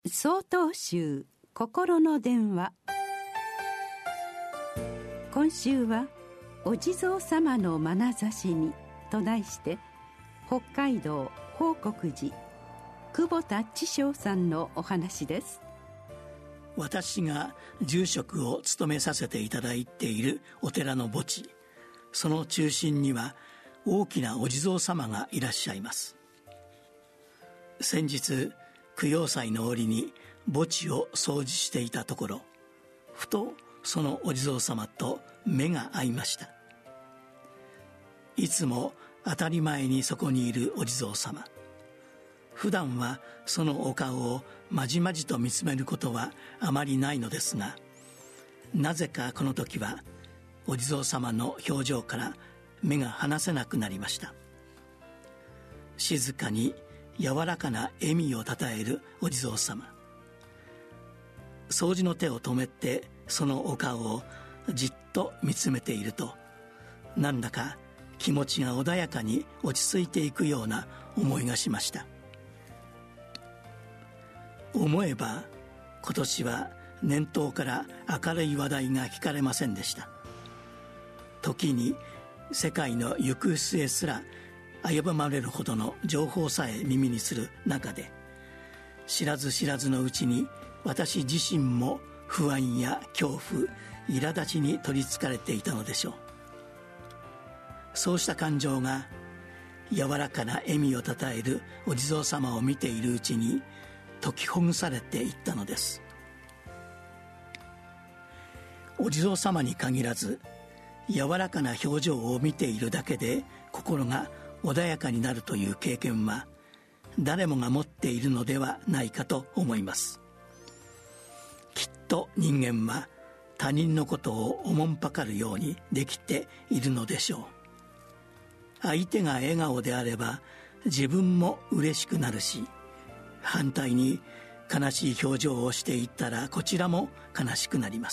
曹洞宗心の電話。今週はお地蔵様の眼差しにと題して、北海道報国寺久保田智正さんのお話です。 私が住職を務めさせていただいているお寺の墓地、その中心には大きなお地蔵様がいらっしゃいます。先日供養祭の折に墓地を掃除していたところ、ふとそのお地蔵様と目が合いました。いつも当たり前にそこにいるお地蔵様、普段はそのお顔をまじまじと見つめることはあまりないのですが、なぜかこの時はお地蔵様の表情から目が離せなくなりました。静かに柔らかな笑みをたたえるお地蔵様、掃除の手を止めてそのお顔をじっと見つめていると、なんだか気持ちが穏やかに落ち着いていくような思いがしました。思えば今年は年頭から明るい話題が聞かれませんでした。時に世界の行く末すら危ぶまれるほどの情報さえ耳にする中で、知らず知らずのうちに私自身も不安や恐怖、苛立ちに取りつかれていたのでしょう。そうした感情が柔らかな笑みをたたえるお地蔵様を見ているうちに解きほぐされていったのです。お地蔵様に限らず、柔らかな表情を見ているだけで心が穏やかになるという経験は誰もが持っているのではないかと思います。きっと人間は他人のことをおもんぱかるようにできているのでしょう。相手が笑顔であれば自分も嬉しくなるし、反対に悲しい表情をしていったらこちらも悲しくなります。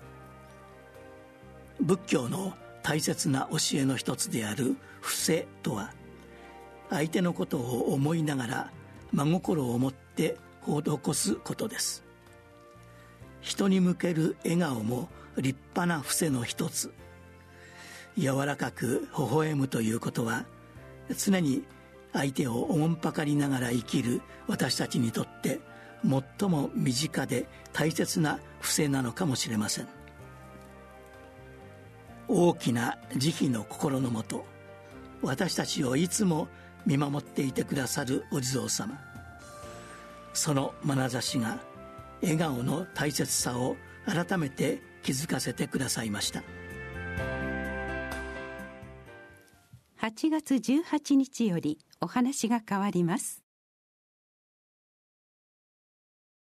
仏教の大切な教えの一つである伏せとは、相手のことを思いながら真心を持って施すことです。人に向ける笑顔も立派な伏せの一つ。柔らかく微笑むということは、常に相手をおもんぱかりながら生きる私たちにとって最も身近で大切な伏せなのかもしれません。大きな慈悲の心のもと、私たちをいつも見守っていてくださるお地蔵様、その眼差しが笑顔の大切さを改めて気づかせてくださいました。 8月18日よりお話が変わります。